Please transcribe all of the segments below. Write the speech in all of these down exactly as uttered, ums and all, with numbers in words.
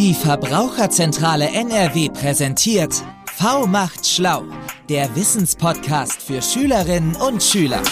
Die Verbraucherzentrale N R W präsentiert V macht schlau, der Wissenspodcast für Schülerinnen und Schüler.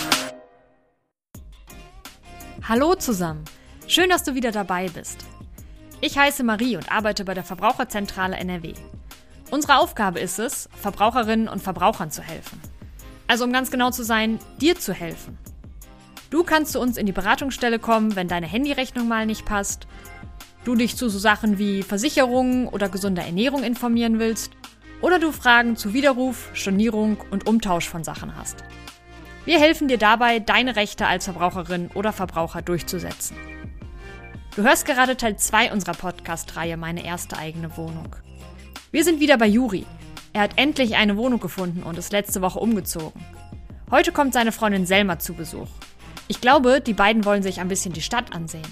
Hallo zusammen, schön, dass du wieder dabei bist. Ich heiße Marie und arbeite bei der Verbraucherzentrale N R W. Unsere Aufgabe ist es, Verbraucherinnen und Verbrauchern zu helfen. Also um ganz genau zu sein, dir zu helfen. Du kannst zu uns in die Beratungsstelle kommen, wenn deine Handyrechnung mal nicht passt, du dich zu so Sachen wie Versicherungen oder gesunder Ernährung informieren willst oder du Fragen zu Widerruf, Stornierung und Umtausch von Sachen hast. Wir helfen dir dabei, deine Rechte als Verbraucherin oder Verbraucher durchzusetzen. Du hörst gerade Teil zwei unserer Podcast-Reihe Meine erste eigene Wohnung. Wir sind wieder bei Juri. Er hat endlich eine Wohnung gefunden und ist letzte Woche umgezogen. Heute kommt seine Freundin Selma zu Besuch. Ich glaube, die beiden wollen sich ein bisschen die Stadt ansehen.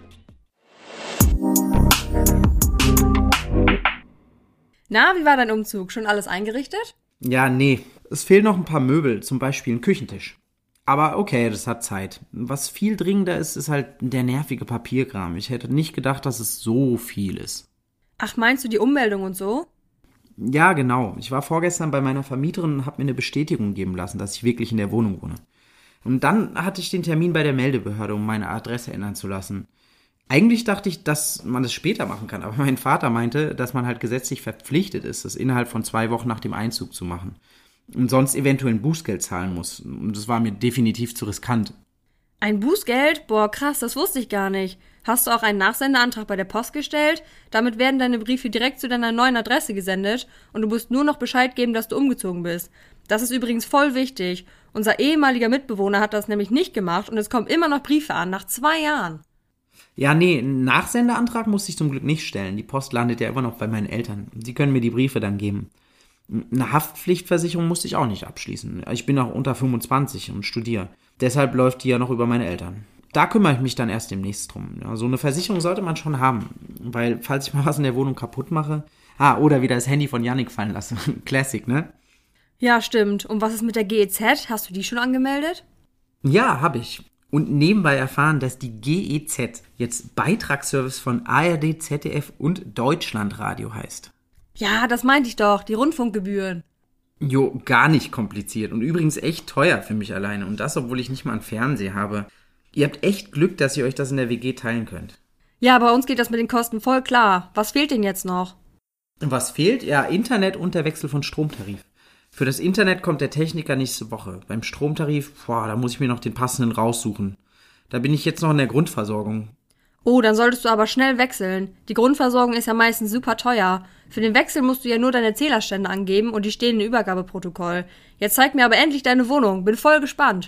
Na, wie war dein Umzug? Schon alles eingerichtet? Ja, nee. Es fehlen noch ein paar Möbel, zum Beispiel ein Küchentisch. Aber okay, das hat Zeit. Was viel dringender ist, ist halt der nervige Papierkram. Ich hätte nicht gedacht, dass es so viel ist. Ach, meinst du die Ummeldung und so? Ja, genau. Ich war vorgestern bei meiner Vermieterin und habe mir eine Bestätigung geben lassen, dass ich wirklich in der Wohnung wohne. Und dann hatte ich den Termin bei der Meldebehörde, um meine Adresse ändern zu lassen. Eigentlich dachte ich, dass man es später machen kann, aber mein Vater meinte, dass man halt gesetzlich verpflichtet ist, das innerhalb von zwei Wochen nach dem Einzug zu machen. Und sonst eventuell ein Bußgeld zahlen muss. Und das war mir definitiv zu riskant. Ein Bußgeld? Boah, krass, das wusste ich gar nicht. Hast du auch einen Nachsendeantrag bei der Post gestellt? Damit werden deine Briefe direkt zu deiner neuen Adresse gesendet und du musst nur noch Bescheid geben, dass du umgezogen bist. Das ist übrigens voll wichtig. Unser ehemaliger Mitbewohner hat das nämlich nicht gemacht und es kommen immer noch Briefe an, nach zwei Jahren. Ja, nee, einen Nachsendeantrag musste ich zum Glück nicht stellen. Die Post landet ja immer noch bei meinen Eltern. Sie können mir die Briefe dann geben. Eine Haftpflichtversicherung musste ich auch nicht abschließen. Ich bin auch unter fünfundzwanzig und studiere. Deshalb läuft die ja noch über meine Eltern. Da kümmere ich mich dann erst demnächst drum. Ja, so eine Versicherung sollte man schon haben, weil falls ich mal was in der Wohnung kaputt mache... Ah, oder wieder das Handy von Yannick fallen lasse. Classic, ne? Ja, stimmt. Und was ist mit der G E Z? Hast du die schon angemeldet? Ja, habe ich. Und nebenbei erfahren, dass die G E Z jetzt Beitragsservice von A R D, Z D F und Deutschlandradio heißt. Ja, das meinte ich doch, die Rundfunkgebühren. Jo, gar nicht kompliziert und übrigens echt teuer für mich alleine. Und das, obwohl ich nicht mal einen Fernseher habe. Ihr habt echt Glück, dass ihr euch das in der W G teilen könnt. Ja, bei uns geht das mit den Kosten voll klar. Was fehlt denn jetzt noch? Was fehlt? Ja, Internet und der Wechsel von Stromtarif. Für das Internet kommt der Techniker nächste Woche. Beim Stromtarif, boah, da muss ich mir noch den passenden raussuchen. Da bin ich jetzt noch in der Grundversorgung. Oh, dann solltest du aber schnell wechseln. Die Grundversorgung ist ja meistens super teuer. Für den Wechsel musst du ja nur deine Zählerstände angeben und die stehen im Übergabeprotokoll. Jetzt zeig mir aber endlich deine Wohnung. Bin voll gespannt.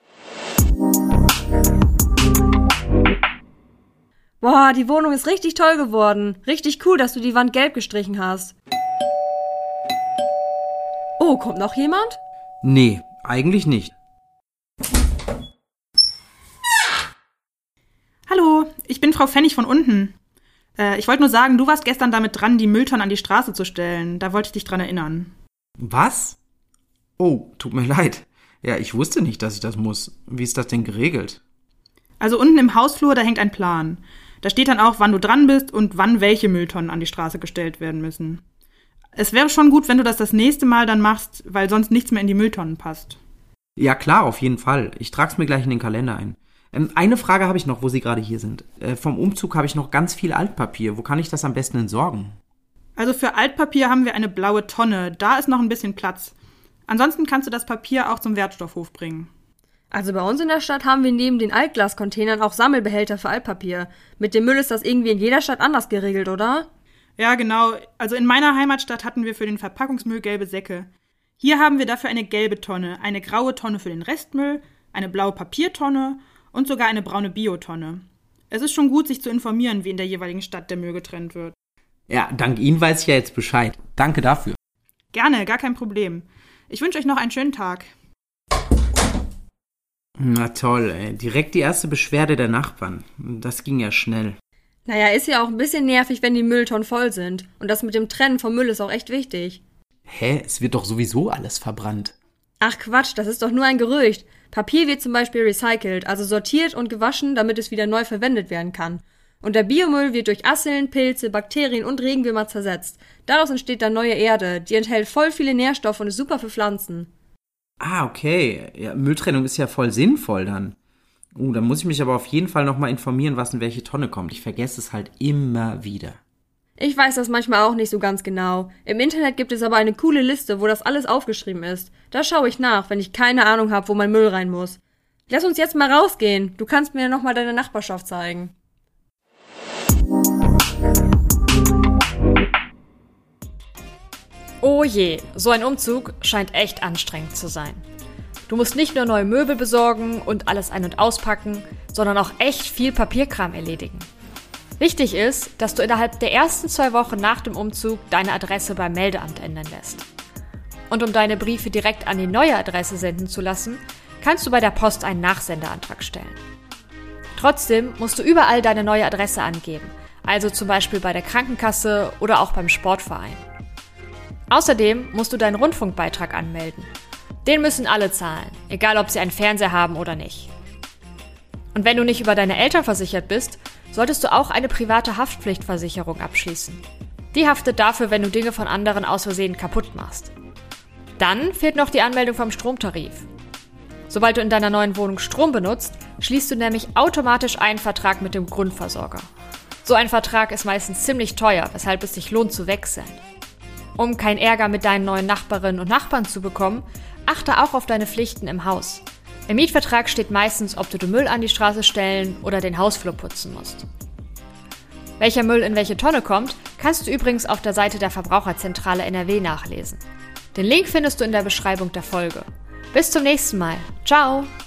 Boah, die Wohnung ist richtig toll geworden. Richtig cool, dass du die Wand gelb gestrichen hast. Oh, kommt noch jemand? Nee, eigentlich nicht. Hallo, ich bin Frau Pfennig von unten. Äh, ich wollte nur sagen, du warst gestern damit dran, die Mülltonnen an die Straße zu stellen. Da wollte ich dich dran erinnern. Was? Oh, tut mir leid. Ja, ich wusste nicht, dass ich das muss. Wie ist das denn geregelt? Also unten im Hausflur, da hängt ein Plan. Da steht dann auch, wann du dran bist und wann welche Mülltonnen an die Straße gestellt werden müssen. Es wäre schon gut, wenn du das das nächste Mal dann machst, weil sonst nichts mehr in die Mülltonnen passt. Ja klar, auf jeden Fall. Ich trag's mir gleich in den Kalender ein. Ähm, eine Frage habe ich noch, wo Sie gerade hier sind. Äh, vom Umzug habe ich noch ganz viel Altpapier. Wo kann ich das am besten entsorgen? Also für Altpapier haben wir eine blaue Tonne. Da ist noch ein bisschen Platz. Ansonsten kannst du das Papier auch zum Wertstoffhof bringen. Also bei uns in der Stadt haben wir neben den Altglascontainern auch Sammelbehälter für Altpapier. Mit dem Müll ist das irgendwie in jeder Stadt anders geregelt, oder? Ja, genau. Also in meiner Heimatstadt hatten wir für den Verpackungsmüll gelbe Säcke. Hier haben wir dafür eine gelbe Tonne, eine graue Tonne für den Restmüll, eine blaue Papiertonne und sogar eine braune Biotonne. Es ist schon gut, sich zu informieren, wie in der jeweiligen Stadt der Müll getrennt wird. Ja, dank Ihnen weiß ich ja jetzt Bescheid. Danke dafür. Gerne, gar kein Problem. Ich wünsche euch noch einen schönen Tag. Na toll, ey. Direkt die erste Beschwerde der Nachbarn. Das ging ja schnell. Naja, ist ja auch ein bisschen nervig, wenn die Mülltonnen voll sind. Und das mit dem Trennen vom Müll ist auch echt wichtig. Hä? Es wird doch sowieso alles verbrannt. Ach Quatsch, das ist doch nur ein Gerücht. Papier wird zum Beispiel recycelt, also sortiert und gewaschen, damit es wieder neu verwendet werden kann. Und der Biomüll wird durch Asseln, Pilze, Bakterien und Regenwürmer zersetzt. Daraus entsteht dann neue Erde, die enthält voll viele Nährstoffe und ist super für Pflanzen. Ah, okay. Ja, Mülltrennung ist ja voll sinnvoll dann. Uh, dann muss ich mich aber auf jeden Fall nochmal informieren, was in welche Tonne kommt. Ich vergesse es halt immer wieder. Ich weiß das manchmal auch nicht so ganz genau. Im Internet gibt es aber eine coole Liste, wo das alles aufgeschrieben ist. Da schaue ich nach, wenn ich keine Ahnung habe, wo mein Müll rein muss. Lass uns jetzt mal rausgehen. Du kannst mir nochmal deine Nachbarschaft zeigen. Oh je, so ein Umzug scheint echt anstrengend zu sein. Du musst nicht nur neue Möbel besorgen und alles ein- und auspacken, sondern auch echt viel Papierkram erledigen. Wichtig ist, dass du innerhalb der ersten zwei Wochen nach dem Umzug deine Adresse beim Meldeamt ändern lässt. Und um deine Briefe direkt an die neue Adresse senden zu lassen, kannst du bei der Post einen Nachsendeantrag stellen. Trotzdem musst du überall deine neue Adresse angeben, also zum Beispiel bei der Krankenkasse oder auch beim Sportverein. Außerdem musst du deinen Rundfunkbeitrag anmelden. Den müssen alle zahlen, egal ob sie einen Fernseher haben oder nicht. Und wenn du nicht über deine Eltern versichert bist, solltest du auch eine private Haftpflichtversicherung abschließen. Die haftet dafür, wenn du Dinge von anderen aus Versehen kaputt machst. Dann fehlt noch die Anmeldung vom Stromtarif. Sobald du in deiner neuen Wohnung Strom benutzt, schließt du nämlich automatisch einen Vertrag mit dem Grundversorger. So ein Vertrag ist meistens ziemlich teuer, weshalb es sich lohnt zu wechseln. Um keinen Ärger mit deinen neuen Nachbarinnen und Nachbarn zu bekommen, achte auch auf deine Pflichten im Haus. Im Mietvertrag steht meistens, ob du den Müll an die Straße stellen oder den Hausflur putzen musst. Welcher Müll in welche Tonne kommt, kannst du übrigens auf der Seite der Verbraucherzentrale N R W nachlesen. Den Link findest du in der Beschreibung der Folge. Bis zum nächsten Mal. Ciao!